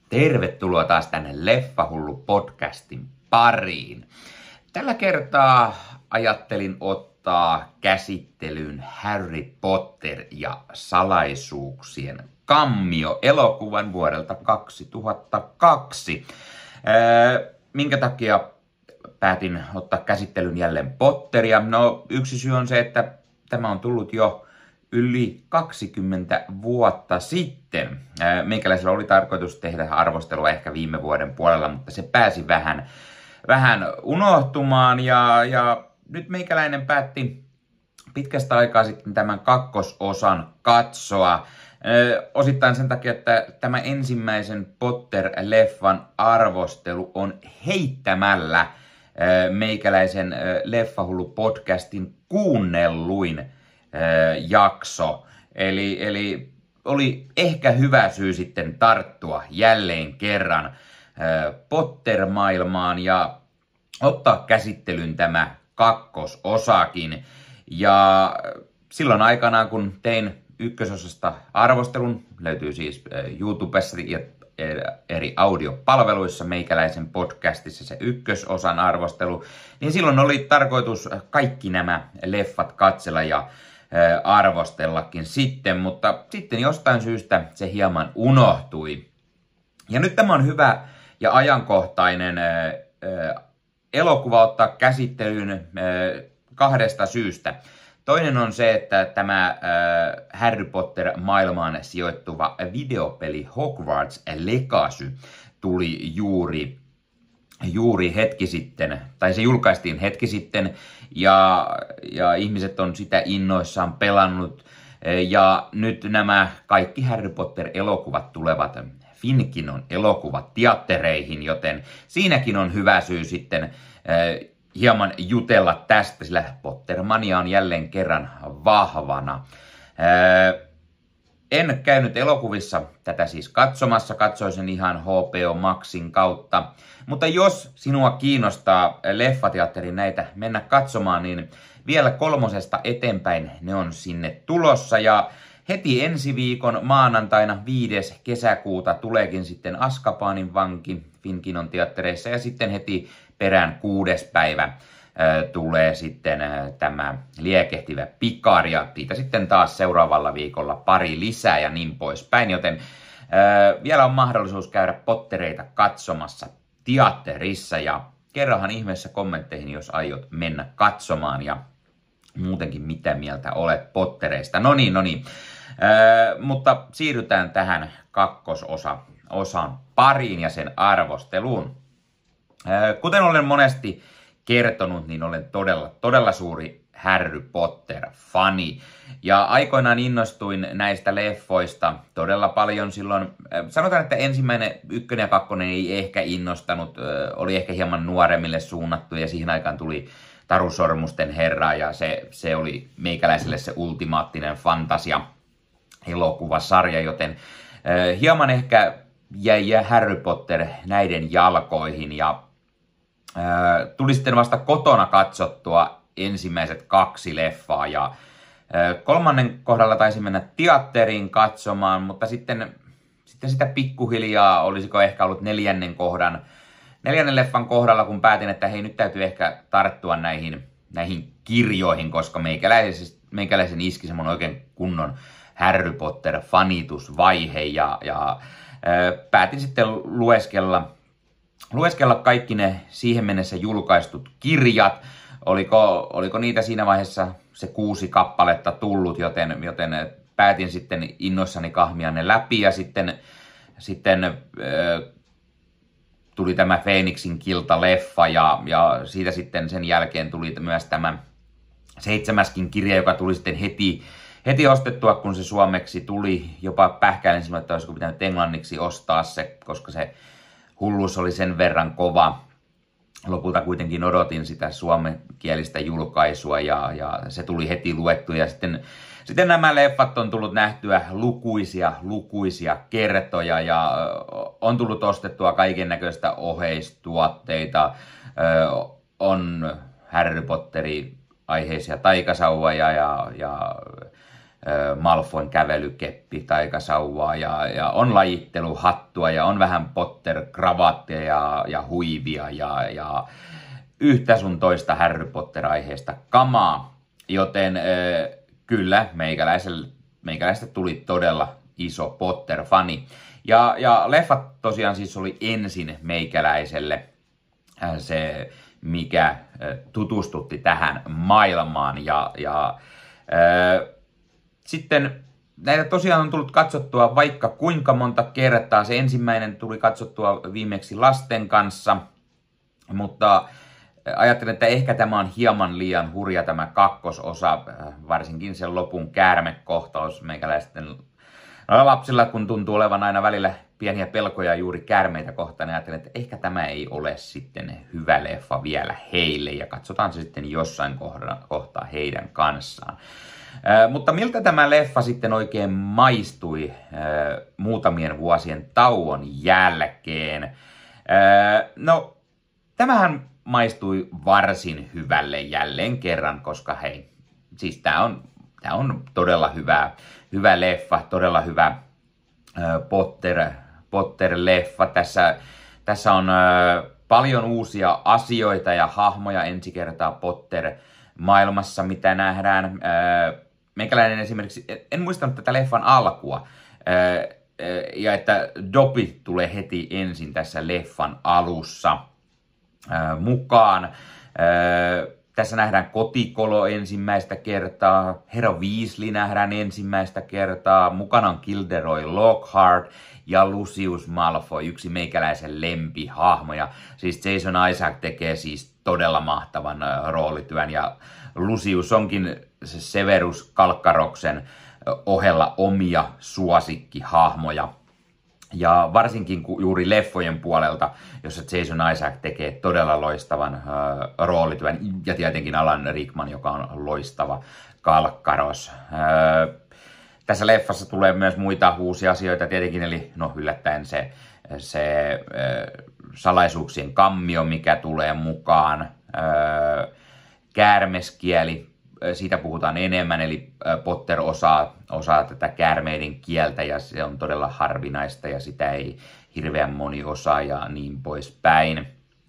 Tervetuloa taas tänne Leffahullu podcastin pariin. Tällä kertaa ajattelin ottaa käsittelyyn Harry Potter ja salaisuuksien kammio elokuvan vuodelta 2002. Minkä takia päätin ottaa käsittelyn jälleen Potteria? No, yksi syy on se, että tämä on tullut jo yli 20 vuotta sitten. Meikäläisellä oli tarkoitus tehdä arvostelua ehkä viime vuoden puolella, mutta se pääsi vähän unohtumaan ja nyt meikäläinen päätti pitkästä aikaa sitten tämän kakkososan katsoa. Osittain sen takia, että tämä ensimmäisen Potter-leffan arvostelu on heittämällä meikäläisen Leffahullu podcastin kuunnelluin jakso. Eli oli ehkä hyvä syy sitten tarttua jälleen kerran Potter-maailmaan ja ottaa käsittelyyn tämä kakkososakin. Ja silloin aikanaan, kun tein ykkösosasta arvostelun, löytyy siis YouTubessa ja eri audiopalveluissa meikäläisen podcastissa se ykkösosan arvostelu, niin silloin oli tarkoitus kaikki nämä leffat katsella ja arvostellakin sitten, mutta sitten jostain syystä se hieman unohtui. Ja nyt tämä on hyvä ja ajankohtainen elokuva ottaa käsittelyyn kahdesta syystä. Toinen on se, että tämä Harry Potter-maailmaan sijoittuva videopeli Hogwarts Legacy tuli juuri hetki sitten, tai se julkaistiin hetki sitten, ja ihmiset on sitä innoissaan pelannut. Ja nyt nämä kaikki Harry Potter-elokuvat tulevat Finkinon elokuvat teattereihin, joten siinäkin on hyvä syy sitten hieman jutella tästä, sillä Pottermania on jälleen kerran vahvana. En käynyt elokuvissa tätä siis katsomassa, katsoin sen ihan HBO Maxin kautta. Mutta jos sinua kiinnostaa leffateatterin näitä mennä katsomaan, niin vielä 3. eteenpäin ne on sinne tulossa. Ja heti ensi viikon maanantaina 5. kesäkuuta tuleekin sitten Azkabanin vanki Finkinon teattereissa ja sitten heti perään 6. päivä tulee sitten tämä liekehtivä Picard ja siitä sitten taas seuraavalla viikolla pari lisää ja niin poispäin, joten vielä on mahdollisuus käydä Pottereita katsomassa teatterissa ja kerrohan ihmeessä kommentteihin, jos aiot mennä katsomaan ja muutenkin mitä mieltä olet Pottereista. No niin. Mutta siirrytään tähän kakkososan pariin ja sen arvosteluun. Kuten olen monesti kertonut, niin olen todella suuri Harry Potter-fani. Ja aikoinaan innostuin näistä leffoista todella paljon silloin. Sanotaan, että ensimmäinen 1 ja 2 ei ehkä innostanut, oli ehkä hieman nuoremmille suunnattu ja siihen aikaan tuli Taru Sormusten herra ja se oli meikäläiselle se ultimaattinen fantasia-elokuvasarja, joten hieman ehkä jäi Harry Potter näiden jalkoihin ja tuli sitten vasta kotona katsottua ensimmäiset 2 leffaa ja 3. kohdalla taisin mennä teatteriin katsomaan, mutta sitten sitä pikkuhiljaa olisiko ehkä ollut 4. leffan kohdalla, kun päätin, että hei, nyt täytyy ehkä tarttua näihin kirjoihin, koska meikäläisen iski semmoinen oikein kunnon Harry Potter-fanitusvaihe ja päätin sitten lueskella kaikki ne siihen mennessä julkaistut kirjat. Oliko niitä siinä vaiheessa se 6 kappaletta tullut, joten päätin sitten innoissani kahmia ne läpi ja sitten tuli tämä Phoenixin kilta-leffa ja siitä sitten sen jälkeen tuli myös tämä 7. kirja, joka tuli sitten heti ostettua, kun se suomeksi tuli. Jopa pähkäilen silloin, että olisiko pitänyt englanniksi ostaa se, koska se hulluus oli sen verran kova. Lopulta kuitenkin odotin sitä suomenkielistä julkaisua ja se tuli heti luettu. Ja sitten nämä leffat on tullut nähtyä lukuisia kertoja ja on tullut ostettua kaiken näköistä oheistuotteita. On Harry Potteri aiheisia taikasauvoja ja Malfoyn kävelykeppi, taikasauvaa ja on lajitteluhattua ja on vähän Potter-kravatteja ja huivia ja yhtä sun toista Harry Potter-aiheesta kamaa. Joten kyllä meikäläistä tuli todella iso Potter-fani. Ja leffat tosiaan siis oli ensin meikäläiselle se, mikä tutustutti tähän maailmaan. Sitten näitä tosiaan on tullut katsottua vaikka kuinka monta kertaa. Se ensimmäinen tuli katsottua viimeksi lasten kanssa, mutta ajattelin, että ehkä tämä on hieman liian hurja tämä kakkososa, varsinkin sen lopun käärmekohtaus meikäläisten lapsilla, kun tuntuu olevan aina välillä pieniä pelkoja juuri käärmeitä kohtaan, niin ajattelin, että ehkä tämä ei ole sitten hyvä leffa vielä heille, ja katsotaan se sitten jossain kohtaa heidän kanssaan. Mutta miltä tämä leffa sitten oikein maistui muutamien vuosien tauon jälkeen? No, tämähän maistui varsin hyvälle jälleen kerran, koska hei, siis tää on todella hyvä leffa, todella hyvä Potter-leffa. Tässä on paljon uusia asioita ja hahmoja ensi kertaa Potter-maailmassa, mitä nähdään. Meikäläinen esimerkiksi, en muistanut tätä leffan alkua, ja että Dobby tulee heti ensin tässä leffan alussa mukaan. Tässä nähdään kotikolo ensimmäistä kertaa, herra Weasley nähdään ensimmäistä kertaa, mukana on Gilderoy Lockhart ja Lucius Malfoy, yksi meikäläisen lempihahmoja. Siis Jason Isaac tekee siis todella mahtavan roolityön, ja Lucius onkin se Severus Kalkkaroksen ohella omia suosikkihahmoja. Ja varsinkin juuri leffojen puolelta, jossa Jason Isaac tekee todella loistavan roolityön, ja tietenkin Alan Rickman, joka on loistava Kalkkaros. Tässä leffassa tulee myös muita uusia asioita tietenkin, eli no yllättäen se salaisuuksien kammio, mikä tulee mukaan, käärmeskieli, siitä puhutaan enemmän, eli Potter osaa tätä käärmeiden kieltä, ja se on todella harvinaista, ja sitä ei hirveän moni osaa, ja niin poispäin.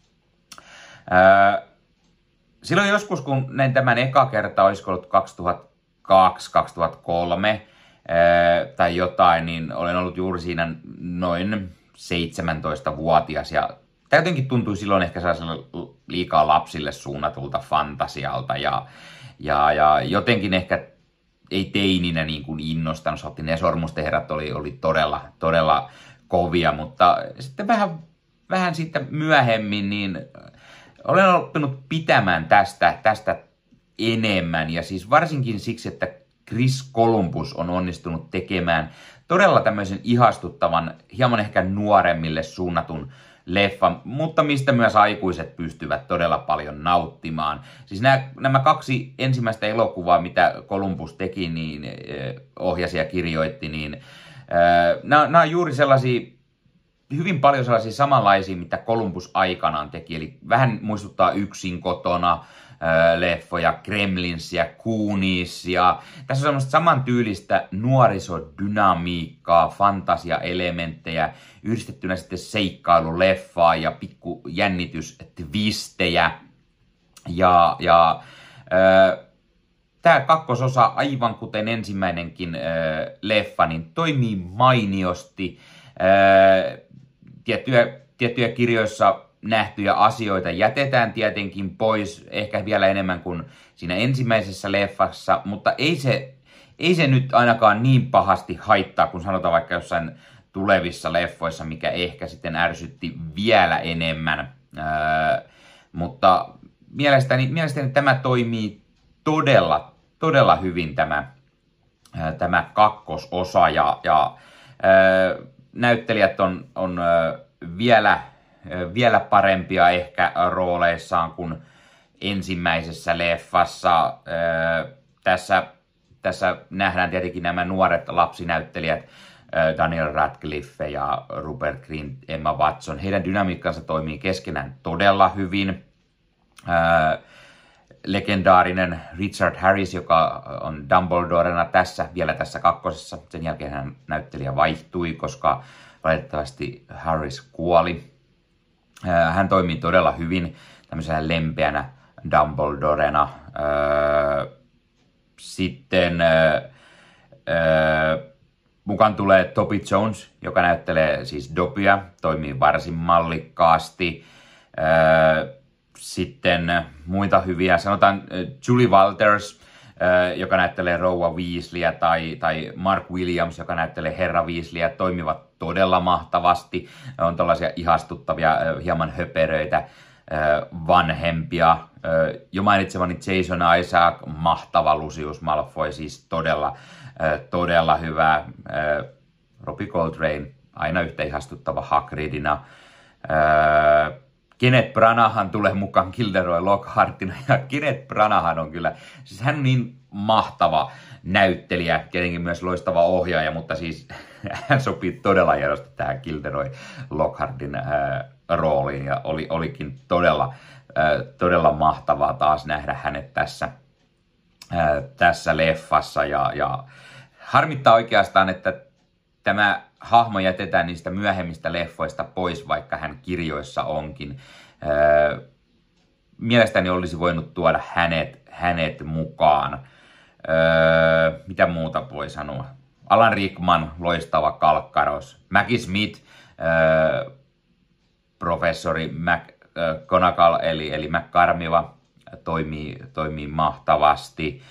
Silloin joskus, kun näin tämän eka kerta, olisiko ollut 2002-2003 tai jotain, niin olen ollut juuri siinä noin 17-vuotias, ja tämä jotenkin tuntui silloin ehkä sellaisella liikaa lapsille suunnatulta fantasialta, ja jotenkin ehkä ei teininä niin kuin innostanut. Saatiin ne Sormusten herrat oli todella kovia, mutta sitten vähän sitten myöhemmin niin olen oppinut pitämään tästä enemmän, ja siis varsinkin siksi, että Chris Columbus on onnistunut tekemään todella tämmöisen ihastuttavan, hieman ehkä nuoremmille suunnatun leffan, mutta mistä myös aikuiset pystyvät todella paljon nauttimaan. Siis nämä kaksi ensimmäistä elokuvaa, mitä Columbus teki, niin ohjasi ja kirjoitti, niin nämä on juuri sellaisia, hyvin paljon sellaisia samanlaisia, mitä Columbus aikanaan teki, eli vähän muistuttaa Yksin kotona leffoja, Gremlinsia, Gooniesia. Tässä on semmoista samantyylistä nuorisodynamiikkaa, fantasiaelementtejä, yhdistettynä sitten seikkailuleffaa ja pikku jännitystvistejä. Tämä kakkososa, aivan kuten ensimmäinenkin leffa, niin toimii mainiosti. Tiettyjä kirjoissa nähtyjä asioita jätetään tietenkin pois, ehkä vielä enemmän kuin siinä ensimmäisessä leffassa, mutta ei se nyt ainakaan niin pahasti haittaa, kun sanotaan vaikka jossain tulevissa leffoissa, mikä ehkä sitten ärsytti vielä enemmän. Mutta mielestäni tämä toimii todella hyvin tämä kakkososa, ja näyttelijät on vielä parempia ehkä rooleissaan kuin ensimmäisessä leffassa. Tässä nähdään tietenkin nämä nuoret lapsinäyttelijät, Daniel Radcliffe ja Rupert Grint, Emma Watson. Heidän dynamiikkansa toimii keskenään todella hyvin. legendaarinen Richard Harris, joka on Dumbledorena vielä tässä kakkosessa. Sen jälkeen hän näyttelijä vaihtui, koska valitettavasti Harris kuoli. Hän toimii todella hyvin tämmöisenä lempeänä Dumbledorena. Sitten mukaan tulee Toby Jones, joka näyttelee siis Dobbyä, toimii varsin mallikkaasti. Sitten muita hyviä, sanotaan Julie Walters, joka näyttelee rouva Weasleyä, tai Mark Williams, joka näyttelee herra Weasleyä, toimivat todella mahtavasti. On tällaisia ihastuttavia, hieman höperöitä vanhempia. Jo mainitsemani Jason Isaac, mahtava Lucius Malfoy, siis todella hyvä. Robbie Coltrane, aina yhtä ihastuttava Hagridina. Kenneth Branahan tulee mukaan Gilderoy Lockhartina, ja Kenneth Branahan on kyllä, siis hän on niin mahtava näyttelijä, tietenkin myös loistava ohjaaja, mutta siis hän sopii todella hienosti tähän Gilderoy Lockhartin rooliin, ja olikin todella mahtavaa taas nähdä hänet tässä leffassa, ja harmittaa oikeastaan, että tämä hahmo jätetään niistä myöhemmistä leffoista pois, vaikka hän kirjoissa onkin. Mielestäni olisi voinut tuoda hänet mukaan. Mitä muuta voi sanoa? Alan Rickman, loistava Kalkkaros. Maggie Smith, professori McGonagall, eli McCormiva, toimii mahtavasti.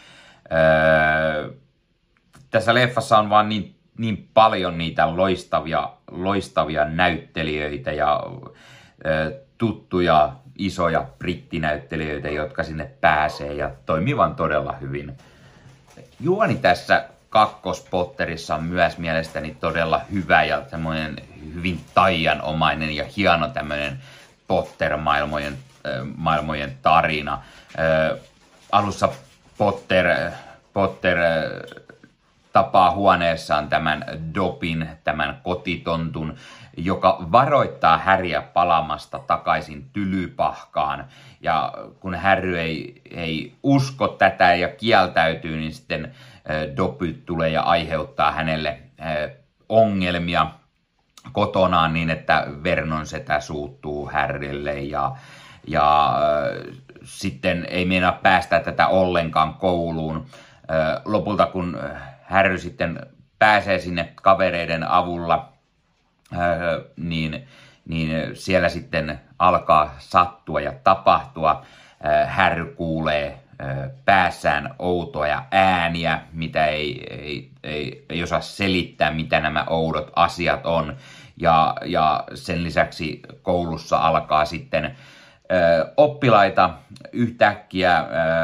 Tässä leffassa on vaan niin paljon niitä loistavia näyttelijöitä ja tuttuja isoja brittinäyttelijöitä, jotka sinne pääsee ja toimivan todella hyvin. Juoni tässä kakkospotterissa on myös mielestäni todella hyvä ja semmoinen hyvin taianomainen ja hieno tämmöinen Potter-maailmojen tarina. Alussa Potter tapaa huoneessaan tämän Dobin, tämän kotitontun, joka varoittaa Harryä palaamasta takaisin Tylypahkaan. Ja kun Harry ei usko tätä ja kieltäytyy, niin sitten Dobby tulee ja aiheuttaa hänelle ongelmia kotonaan niin, että Vernon setä suuttuu Harrylle ja sitten ei meinaa päästä tätä ollenkaan kouluun. Lopulta kun Harry sitten pääsee sinne kavereiden avulla, niin siellä sitten alkaa sattua ja tapahtua. Harry kuulee päässään outoja ääniä, mitä ei osaa selittää, mitä nämä oudot asiat on. Ja sen lisäksi koulussa alkaa sitten oppilaita yhtäkkiä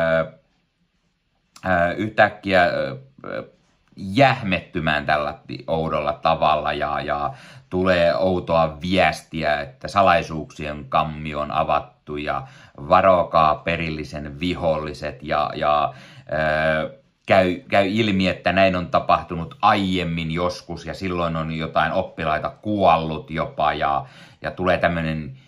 jähmettymään tällä oudolla tavalla ja tulee outoa viestiä, että salaisuuksien kammio on avattu ja varokaa perillisen viholliset ja käy ilmi, että näin on tapahtunut aiemmin joskus ja silloin on jotain oppilaita kuollut jopa ja tulee tämmöinen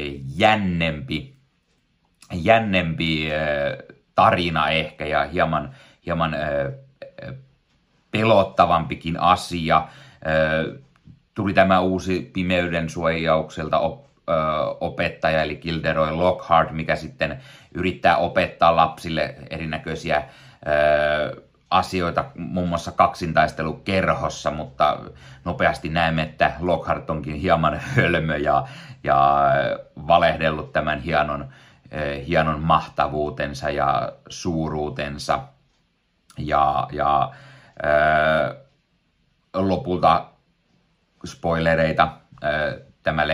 jännempi tarina ehkä ja hieman pelottavampikin asia. Tuli tämä uusi pimeyden suojaukselta opettaja, eli Gilderoy Lockhart, mikä sitten yrittää opettaa lapsille erinäköisiä asioita, muun muassa kaksintaistelu kerhossa, mutta nopeasti näemme, että Lockhart onkin hieman hölmö ja valehdellut tämän hienon mahtavuutensa ja suuruutensa. Ja lopulta spoilereita, tämä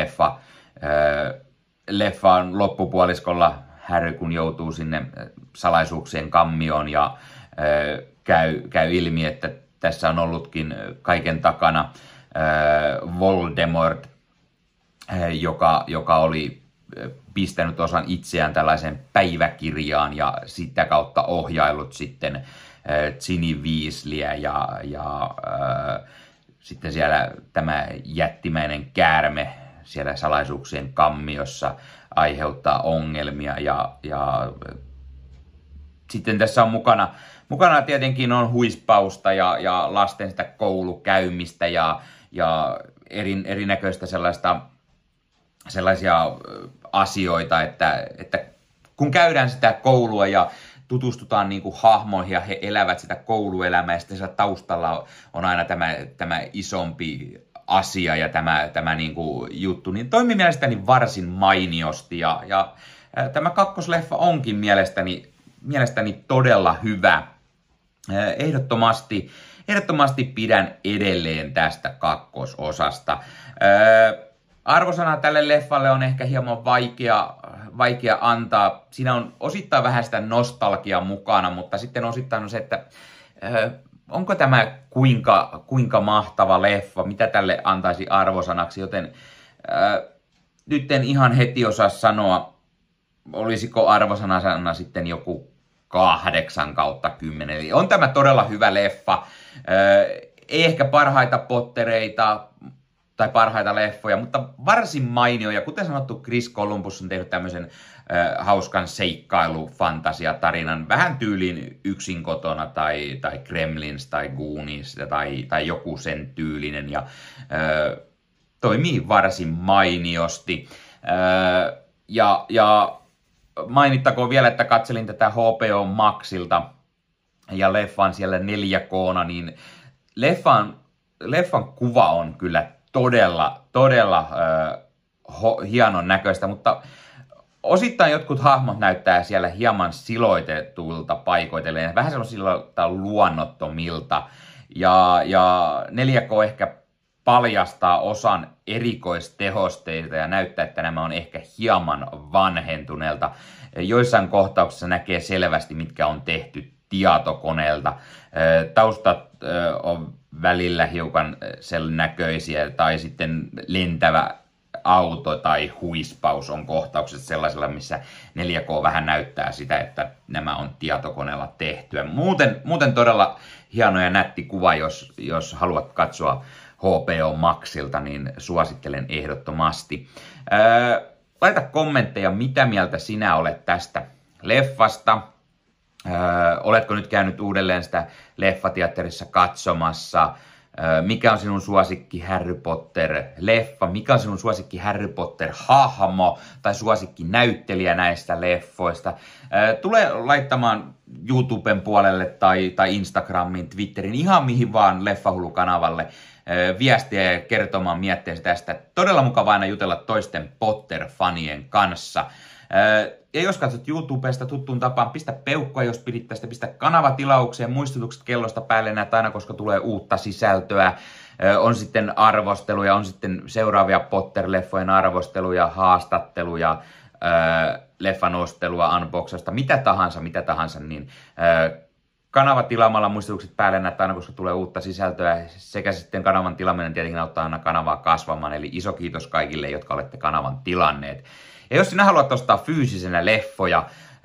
leffa on loppupuoliskolla Harry, kun joutuu sinne salaisuuksien kammioon ja käy ilmi, että tässä on ollutkin kaiken takana Voldemort, joka oli pistänyt osan itseään tällaiseen päiväkirjaan ja sitä kautta ohjaillut sitten Ginny Weasleyä ja sitten siellä tämä jättimäinen käärme siellä salaisuuksien kammiossa aiheuttaa ongelmia ja Sitten tässä on mukana tietenkin on huispausta ja lasten sitä koulukäymistä ja erinäköistä sellaisia asioita, että kun käydään sitä koulua ja tutustutaan niin kuin hahmoihin ja he elävät sitä kouluelämää ja sitten siellä taustalla on aina tämä isompi asia ja tämä niin kuin juttu, niin toimii mielestäni varsin mainiosti ja tämä kakkosleffa onkin mielestäni todella hyvä. Ehdottomasti pidän edelleen tästä kakkososasta. Arvosana tälle leffalle on ehkä hieman vaikea antaa. Siinä on osittain vähän sitä nostalgiaa mukana, mutta sitten osittain on se, että onko tämä kuinka mahtava leffa, mitä tälle antaisi arvosanaksi, joten nyt en ihan heti osaa sanoa, olisiko arvosanana sitten joku 8/10. Eli on tämä todella hyvä leffa. Ei ehkä parhaita Pottereita tai parhaita leffoja, mutta varsin mainio. Ja kuten sanottu, Chris Columbus on tehnyt tämmöisen hauskan seikkailu-fantasiatarinan, vähän tyyliin Yksin kotona tai Gremlins tai Goonies tai joku sen tyylinen. Ja toimii varsin mainiosti. Ja mainittakoon vielä, että katselin tätä HBO Maxilta ja leffan siellä 4K:na, niin leffan kuva on kyllä todella hienon näköistä, mutta osittain jotkut hahmot näyttää siellä hieman siloitetuilta paikoitelleen, vähän sellaisilta luonnottomilta, ja 4K ehkä paljastaa osan erikoistehosteita ja näyttää, että nämä on ehkä hieman vanhentuneelta. Joissain kohtauksissa näkee selvästi, mitkä on tehty tietokoneelta. Taustat on välillä hiukan sen näköisiä, tai sitten lentävä auto tai huispaus on kohtauksessa sellaisella, missä 4K vähän näyttää sitä, että nämä on tietokoneella tehtyä. Muuten todella hieno ja nätti kuva, jos haluat katsoa HBO Maxilta, niin suosittelen ehdottomasti. Laita kommentteja, mitä mieltä sinä olet tästä leffasta. Oletko nyt käynyt uudelleen sitä leffateatterissa katsomassa? Mikä on sinun suosikki Harry Potter-leffa? Mikä on sinun suosikki Harry Potter-hahmo tai suosikki näyttelijä näistä leffoista? Tule laittamaan YouTuben puolelle tai Instagramin, Twitterin, ihan mihin vaan Leffahullu-kanavalle viestiä ja kertomaan mietteesi tästä. Todella mukava aina jutella toisten Potter-fanien kanssa. Ja jos katsot YouTubesta tuttuun tapaan, pistä peukkoa, jos pidit tästä, pistä kanavatilaukseen, muistutukset kellosta päälle näet aina, koska tulee uutta sisältöä. On sitten arvosteluja, on sitten seuraavia Potter-leffojen arvosteluja, haastatteluja, leffanostelua, unboxausta, mitä tahansa, niin kanava tilaamalla muistutukset päälle näet aina, koska tulee uutta sisältöä, sekä sitten kanavan tilaaminen tietenkin auttaa aina kanavaa kasvamaan, eli iso kiitos kaikille, jotka olette kanavan tilanneet. Ja jos sinä haluat ostaa fyysisenä leffoja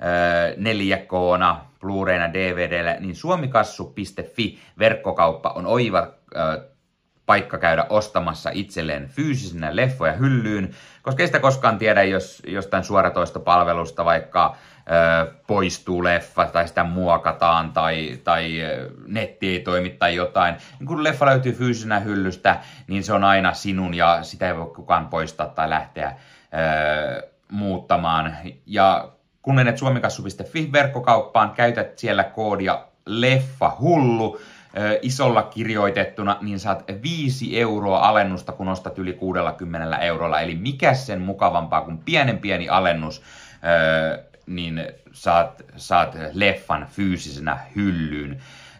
4K:na, Blu-rayna, DVDllä, niin suomikassu.fi verkkokauppa on oiva paikka käydä ostamassa itselleen fyysisenä leffoja hyllyyn, koska ei sitä koskaan tiedä, jos jostain suoratoistopalvelusta vaikka poistuu leffa tai sitä muokataan tai netti ei toimi tai jotain. Niin kun leffa löytyy fyysisenä hyllystä, niin se on aina sinun ja sitä ei voi kukaan poistaa tai lähteä muuttamaan. Ja kun menet suomikassu.fi verkkokauppaan, käytät siellä koodia LEFFAHULLU isolla kirjoitettuna, niin saat 5 € alennusta, kun ostat yli 60 €. Eli mikä sen mukavampaa kuin pieni alennus, niin saat leffan fyysisenä hyllyyn.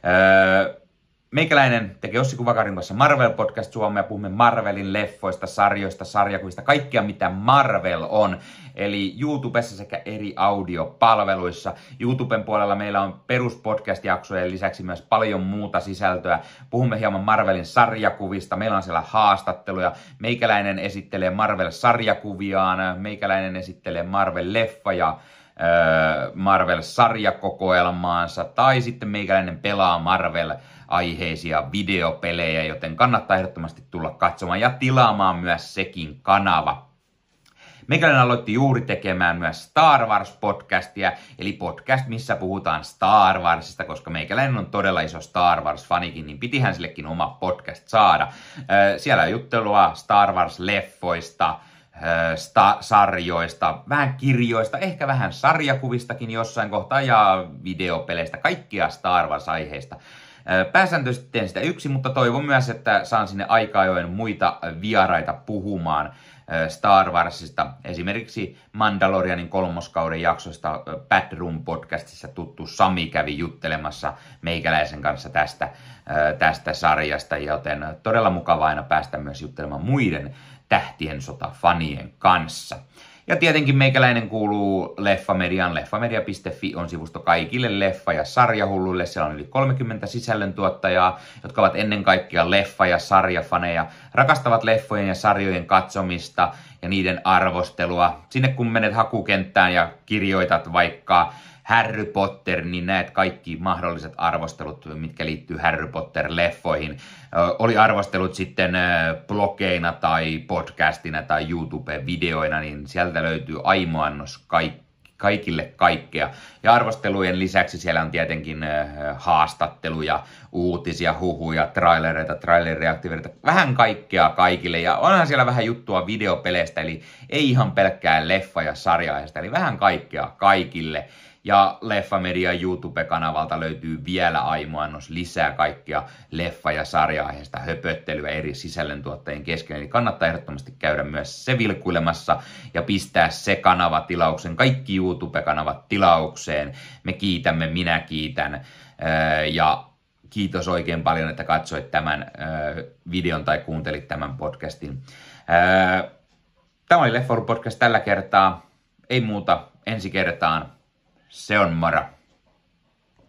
Meikäläinen tekee Ossi Kuvakarin kanssa Marvel-podcast Suomea. Puhumme Marvelin leffoista, sarjoista, sarjakuvista, kaikkea mitä Marvel on. Eli YouTubessa sekä eri audiopalveluissa. YouTuben puolella meillä on peruspodcast-jaksojen lisäksi myös paljon muuta sisältöä. Puhumme hieman Marvelin sarjakuvista. Meillä on siellä haastatteluja. Meikäläinen esittelee Marvel-sarjakuviaan. Meikäläinen esittelee Marvel-leffa ja Marvel-sarjakokoelmaansa. Tai sitten meikäläinen pelaa Marvel-aiheisia videopelejä, joten kannattaa ehdottomasti tulla katsomaan ja tilaamaan myös sekin kanava. Meikäläinen aloitti juuri tekemään myös Star Wars-podcastia, eli podcast, missä puhutaan Star Warsista, koska meikäläinen on todella iso Star Wars-fanikin, niin pitihän sillekin oma podcast saada. Siellä on juttelua Star Wars-leffoista, sarjoista, vähän kirjoista, ehkä vähän sarjakuvistakin jossain kohtaa ja videopeleistä, kaikkia Star Wars-aiheista. Pääsääntöisesti teen sitä yksin, mutta toivon myös, että saan sinne aika ajoin muita vieraita puhumaan Star Warsista. Esimerkiksi Mandalorianin 3. kauden jaksosta Bad Room podcastissa tuttu Sami kävi juttelemassa meikäläisen kanssa tästä sarjasta, joten todella mukava aina päästä myös juttelemaan muiden Tähtien sota-fanien kanssa. Ja tietenkin meikäläinen kuuluu Leffamediaan. Leffamedia.fi on sivusto kaikille leffa- ja sarjahulluille. Siellä on yli 30 sisällöntuottajaa, jotka ovat ennen kaikkea leffa- ja sarjafaneja, rakastavat leffojen ja sarjojen katsomista ja niiden arvostelua. Sinne kun menet hakukenttään ja kirjoitat vaikka Harry Potter, niin näet kaikki mahdolliset arvostelut, mitkä liittyy Harry Potter-leffoihin. Oli arvostelut sitten blogeina tai podcastina tai YouTube-videoina, niin sieltä löytyy aimoannos kaikille kaikkea. Ja arvostelujen lisäksi siellä on tietenkin haastatteluja, uutisia, huhuja, trailereaktiivereita, vähän kaikkea kaikille. Ja onhan siellä vähän juttua videopeleistä, eli ei ihan pelkkää leffa- ja sarja-aiheesta, eli vähän kaikkea kaikille. Ja Leffamedian YouTube-kanavalta löytyy vielä aimoannos lisää kaikkea leffa- ja sarja-aiheesta höpöttelyä eri sisällöntuottajien kesken. Eli kannattaa ehdottomasti käydä myös se vilkuilemassa ja pistää se kanava tilaukseen, kaikki YouTube-kanavat tilaukseen. Me kiitämme, minä kiitän ja kiitos oikein paljon, että katsoit tämän videon tai kuuntelit tämän podcastin. Tämä oli Leffoilu podcast tällä kertaa. Ei muuta, ensi kertaan. Se on moro.